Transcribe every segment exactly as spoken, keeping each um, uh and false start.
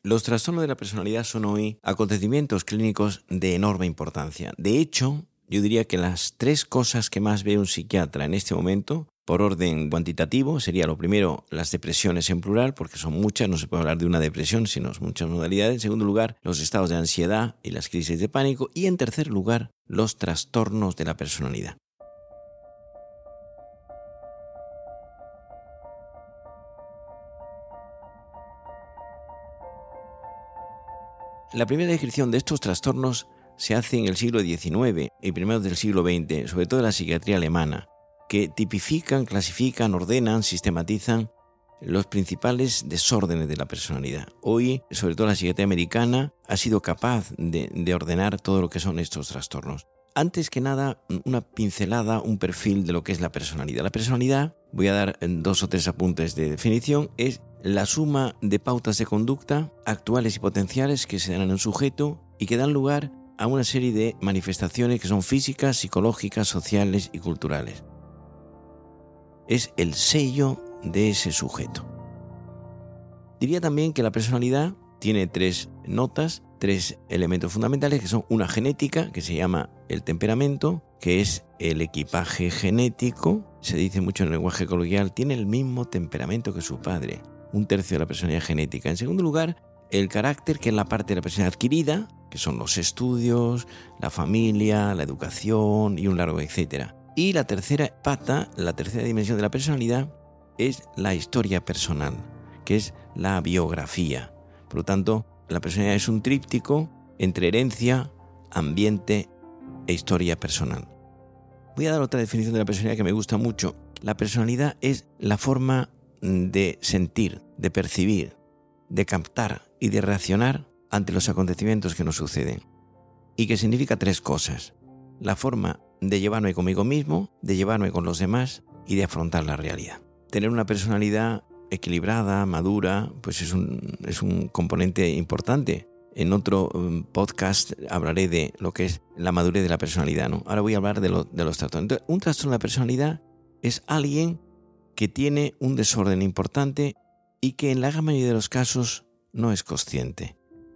Los trastornos de la personalidad son hoy acontecimientos clínicos de enorme importancia. De hecho, yo diría que las tres cosas que más ve un psiquiatra en este momento, por orden cuantitativo, sería lo primero, las depresiones en plural, porque son muchas, no se puede hablar de una depresión, sino muchas modalidades. En segundo lugar, los estados de ansiedad y las crisis de pánico. Y en tercer lugar, los trastornos de la personalidad. La primera descripción de estos trastornos se hace en el siglo diecinueve y primeros del siglo veinte, sobre todo en la psiquiatría alemana, que tipifican, clasifican, ordenan, sistematizan los principales desórdenes de la personalidad. Hoy, sobre todo la psiquiatría americana, ha sido capaz de, de ordenar todo lo que son estos trastornos. Antes que nada, una pincelada, un perfil de lo que es la personalidad. La personalidad, voy a dar dos o tres apuntes de definición, es la suma de pautas de conducta actuales y potenciales que se dan en un sujeto y que dan lugar a una serie de manifestaciones que son físicas, psicológicas, sociales y culturales. Es el sello de ese sujeto. Diría también que la personalidad tiene tres notas, tres elementos fundamentales, que son una genética, que se llama el temperamento, que es el equipaje genético. Se dice mucho en el lenguaje coloquial, tiene el mismo temperamento que su padre. Un tercio de la personalidad genética. En segundo lugar, el carácter, que es la parte de la personalidad adquirida, que son los estudios, la familia, la educación y un largo etcétera. Y la tercera pata, la tercera dimensión de la personalidad, es la historia personal, que es la biografía. Por lo tanto, la personalidad es un tríptico entre herencia, ambiente e historia personal. Voy a dar otra definición de la personalidad que me gusta mucho. La personalidad es la forma de sentir, de percibir, de captar y de reaccionar ante los acontecimientos que nos suceden. Y que significa tres cosas. La forma de llevarme conmigo mismo, de llevarme con los demás y de afrontar la realidad. Tener una personalidad equilibrada, madura, pues es un, es un componente importante. En otro um, podcast hablaré de lo que es la madurez de la personalidad, ¿no? Ahora voy a hablar de, lo, de los trastornos. Entonces, un trastorno de la personalidad es alguien que tiene un desorden importante y que en la gran mayoría de los casos no es consciente.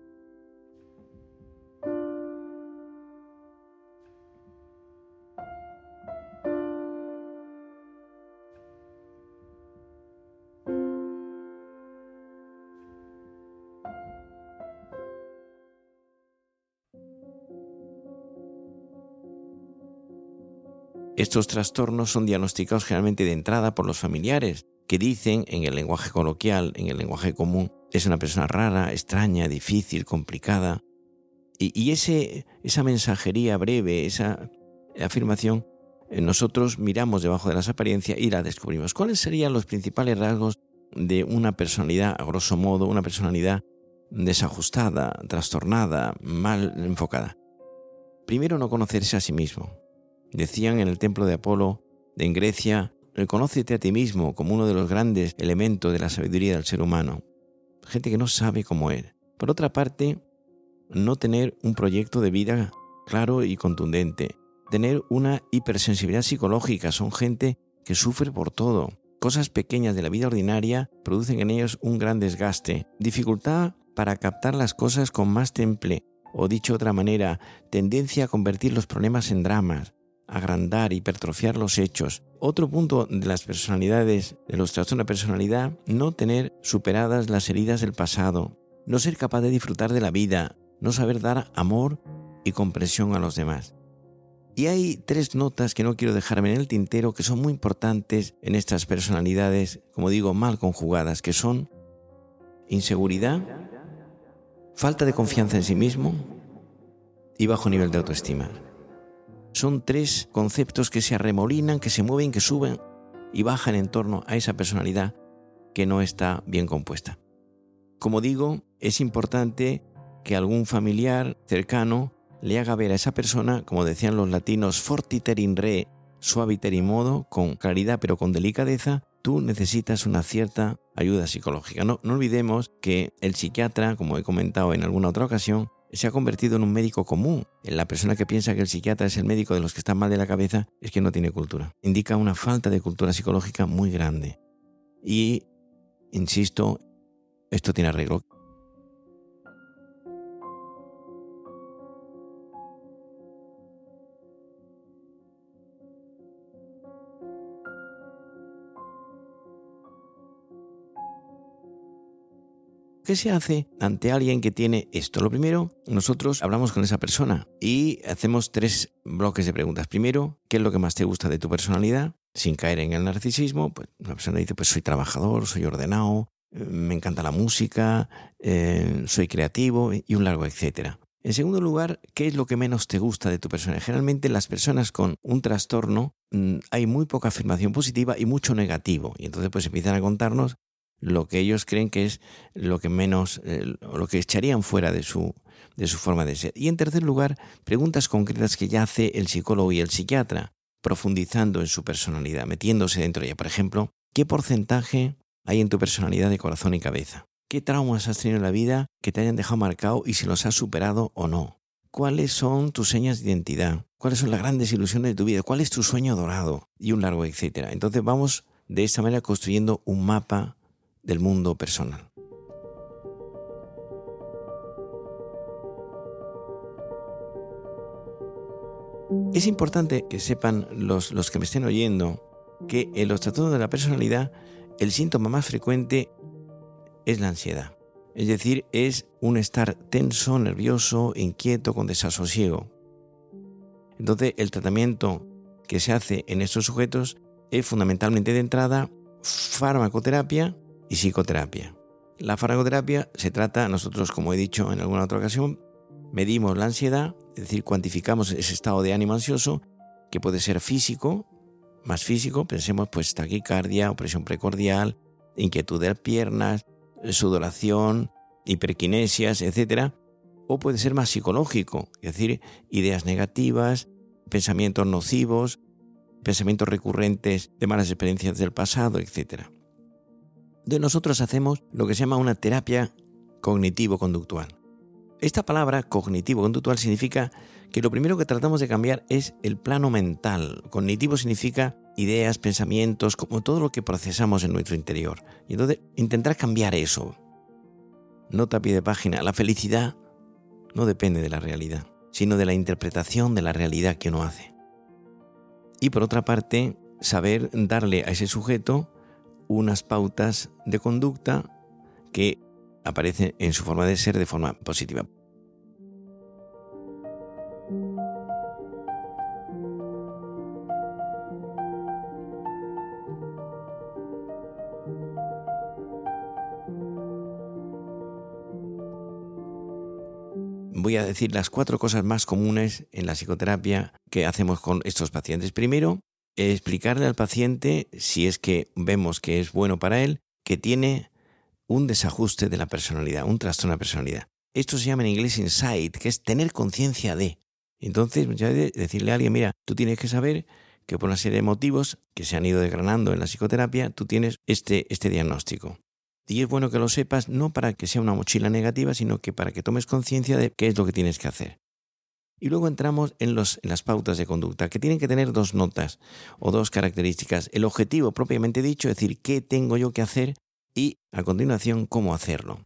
Estos trastornos son diagnosticados generalmente de entrada por los familiares, que dicen, en el lenguaje coloquial, en el lenguaje común, es una persona rara, extraña, difícil, complicada. Y, y ese, esa mensajería breve, esa afirmación, eh, nosotros miramos debajo de las apariencias y la descubrimos. ¿Cuáles serían los principales rasgos de una personalidad, a grosso modo, una personalidad desajustada, trastornada, mal enfocada? Primero, no conocerse a sí mismo. Decían en el templo de Apolo, en Grecia, conócete a ti mismo como uno de los grandes elementos de la sabiduría del ser humano. Gente que no sabe cómo es. Por otra parte, no tener un proyecto de vida claro y contundente. Tener una hipersensibilidad psicológica. Son gente que sufre por todo. Cosas pequeñas de la vida ordinaria producen en ellos un gran desgaste. Dificultad para captar las cosas con más temple. O dicho de otra manera, tendencia a convertir los problemas en dramas. Agrandar, hipertrofiar los hechos. Otro punto de las personalidades, de los trastornos de personalidad, no tener superadas las heridas del pasado, no ser capaz de disfrutar de la vida, no saber dar amor y comprensión a los demás. Y hay tres notas que no quiero dejarme en el tintero que son muy importantes en estas personalidades, como digo, mal conjugadas, que son inseguridad, falta de confianza en sí mismo y bajo nivel de autoestima. Son tres conceptos que se arremolinan, que se mueven, que suben y bajan en torno a esa personalidad que no está bien compuesta. Como digo, es importante que algún familiar cercano le haga ver a esa persona, como decían los latinos, fortiter in re, suaviter in modo, con claridad pero con delicadeza, tú necesitas una cierta ayuda psicológica. No, no olvidemos que el psiquiatra, como he comentado en alguna otra ocasión, se ha convertido en un médico común. La persona que piensa que el psiquiatra es el médico de los que están mal de la cabeza es que no tiene cultura. Indica una falta de cultura psicológica muy grande. Y, insisto, esto tiene arreglo. ¿qué se hace ante alguien que tiene esto? Lo primero, nosotros hablamos con esa persona y hacemos tres bloques de preguntas. Primero, ¿qué es lo que más te gusta de tu personalidad? Sin caer en el narcisismo, pues una persona dice, pues soy trabajador, soy ordenado, me encanta la música, eh, soy creativo y un largo etcétera. En segundo lugar, ¿qué es lo que menos te gusta de tu persona? Generalmente las personas con un trastorno mmm, hay muy poca afirmación positiva y mucho negativo. Y entonces pues empiezan a contarnos lo que ellos creen que es lo que menos, eh, lo que echarían fuera de su, de su forma de ser. Y en tercer lugar, preguntas concretas que ya hace el psicólogo y el psiquiatra, profundizando en su personalidad, metiéndose dentro de ella. Por ejemplo, ¿qué porcentaje hay en tu personalidad de corazón y cabeza? ¿Qué traumas has tenido en la vida que te hayan dejado marcado y si los has superado o no? ¿Cuáles son tus señas de identidad? ¿Cuáles son las grandes ilusiones de tu vida? ¿Cuál es tu sueño dorado? Y un largo etcétera. Entonces vamos de esta manera construyendo un mapa del mundo personal. Es importante que sepan los, los que me estén oyendo que en los trastornos de la personalidad el síntoma más frecuente es la ansiedad. Es decir, es un estar tenso, nervioso, inquieto, con desasosiego. Entonces, el tratamiento que se hace en estos sujetos es fundamentalmente de entrada farmacoterapia y psicoterapia. La farmacoterapia se trata, nosotros, como he dicho en alguna otra ocasión, medimos la ansiedad, es decir, cuantificamos ese estado de ánimo ansioso, que puede ser físico, más físico, pensemos pues taquicardia, opresión precordial, inquietud de las piernas, sudoración, hiperquinesias, etcétera, o puede ser más psicológico, es decir, ideas negativas, pensamientos nocivos, pensamientos recurrentes de malas experiencias del pasado, etcétera. De nosotros hacemos lo que se llama una terapia cognitivo-conductual. Esta palabra cognitivo-conductual significa que lo primero que tratamos de cambiar es el plano mental. Cognitivo significa ideas, pensamientos, como todo lo que procesamos en nuestro interior. Y entonces intentar cambiar eso. Nota a pie de página, la felicidad no depende de la realidad, sino de la interpretación de la realidad que uno hace. Y por otra parte, saber darle a ese sujeto unas pautas de conducta que aparecen en su forma de ser de forma positiva. Voy a decir las cuatro cosas más comunes en la psicoterapia que hacemos con estos pacientes. Primero, explicarle al paciente, si es que vemos que es bueno para él, que tiene un desajuste de la personalidad, un trastorno de la personalidad. Esto se llama en inglés insight, que es tener conciencia de. Entonces, ya de decirle a alguien, mira, tú tienes que saber que por una serie de motivos que se han ido desgranando en la psicoterapia, tú tienes este, este diagnóstico. Y es bueno que lo sepas, no para que sea una mochila negativa, sino que para que tomes conciencia de qué es lo que tienes que hacer. Y luego entramos en, los, en las pautas de conducta, que tienen que tener dos notas o dos características. El objetivo propiamente dicho, es decir, qué tengo yo que hacer, y a continuación, cómo hacerlo.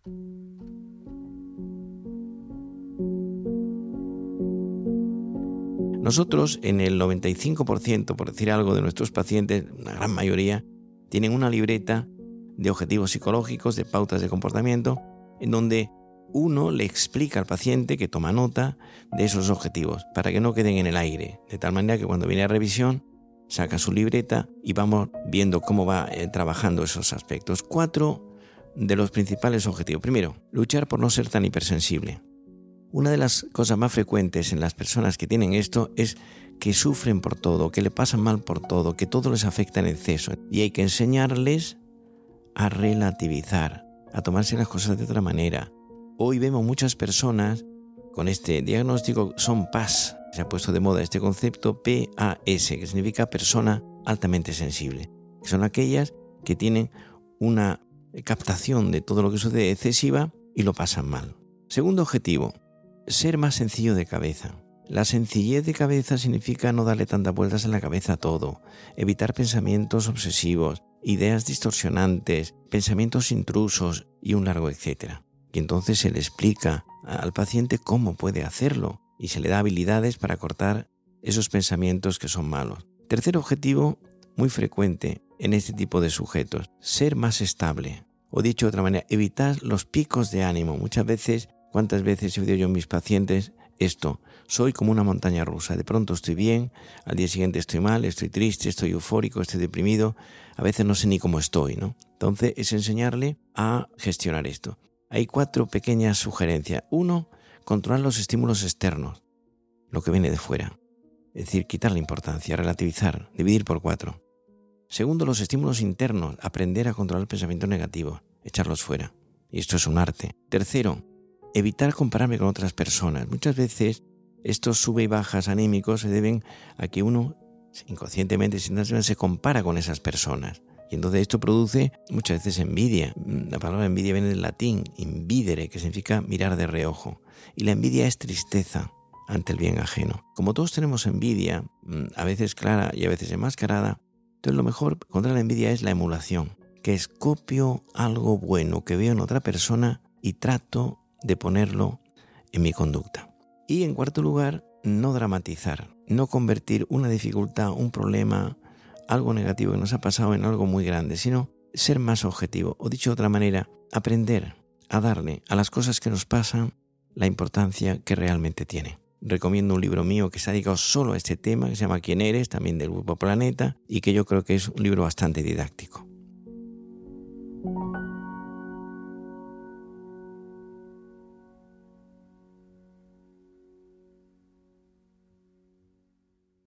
Nosotros, en el noventa y cinco por ciento, por decir algo, de nuestros pacientes, una gran mayoría, tienen una libreta de objetivos psicológicos, de pautas de comportamiento, en donde uno le explica al paciente que toma nota de esos objetivos, para que no queden en el aire, de tal manera que cuando viene a revisión, saca su libreta y vamos viendo cómo va eh, trabajando esos aspectos. Cuatro de los principales objetivos. Primero, luchar por no ser tan hipersensible. Una de las cosas más frecuentes en las personas que tienen esto es que sufren por todo, que le pasan mal por todo, que todo les afecta en exceso. Y hay que enseñarles a relativizar, a tomarse las cosas de otra manera. Hoy vemos muchas personas con este diagnóstico, son P A S. Se ha puesto de moda este concepto P A S, que significa persona altamente sensible. Que son aquellas que tienen una captación de todo lo que sucede excesiva y lo pasan mal. Segundo objetivo, ser más sencillo de cabeza. La sencillez de cabeza significa no darle tantas vueltas en la cabeza a todo, evitar pensamientos obsesivos, ideas distorsionantes, pensamientos intrusos y un largo etcétera. Y entonces se le explica al paciente cómo puede hacerlo y se le da habilidades para cortar esos pensamientos que son malos. Tercer objetivo, muy frecuente en este tipo de sujetos, ser más estable. O dicho de otra manera, evitar los picos de ánimo. Muchas veces, ¿cuántas veces he oído yo en mis pacientes esto? Soy como una montaña rusa. De pronto estoy bien, al día siguiente estoy mal, estoy triste, estoy eufórico, estoy deprimido. A veces no sé ni cómo estoy, ¿no? Entonces es enseñarle a gestionar esto. Hay cuatro pequeñas sugerencias. Uno, controlar los estímulos externos, lo que viene de fuera. Es decir, quitarle importancia, relativizar, dividir por cuatro. Segundo, los estímulos internos, aprender a controlar el pensamiento negativo, echarlos fuera. Y esto es un arte. Tercero, evitar compararme con otras personas. Muchas veces estos sube y bajas anímicos se deben a que uno inconscientemente se compara con esas personas. Y entonces esto produce muchas veces envidia. La palabra envidia viene del latín, invidere, que significa mirar de reojo. Y la envidia es tristeza ante el bien ajeno. Como todos tenemos envidia, a veces clara y a veces enmascarada, entonces lo mejor contra la envidia es la emulación, que es copio algo bueno que veo en otra persona y trato de ponerlo en mi conducta. Y en cuarto lugar, no dramatizar, no convertir una dificultad, un problema, algo negativo que nos ha pasado en algo muy grande, sino ser más objetivo. O dicho de otra manera, aprender a darle a las cosas que nos pasan la importancia que realmente tienen. Recomiendo un libro mío que se ha dedicado solo a este tema, que se llama ¿Quién eres?, también del Grupo Planeta, y que yo creo que es un libro bastante didáctico.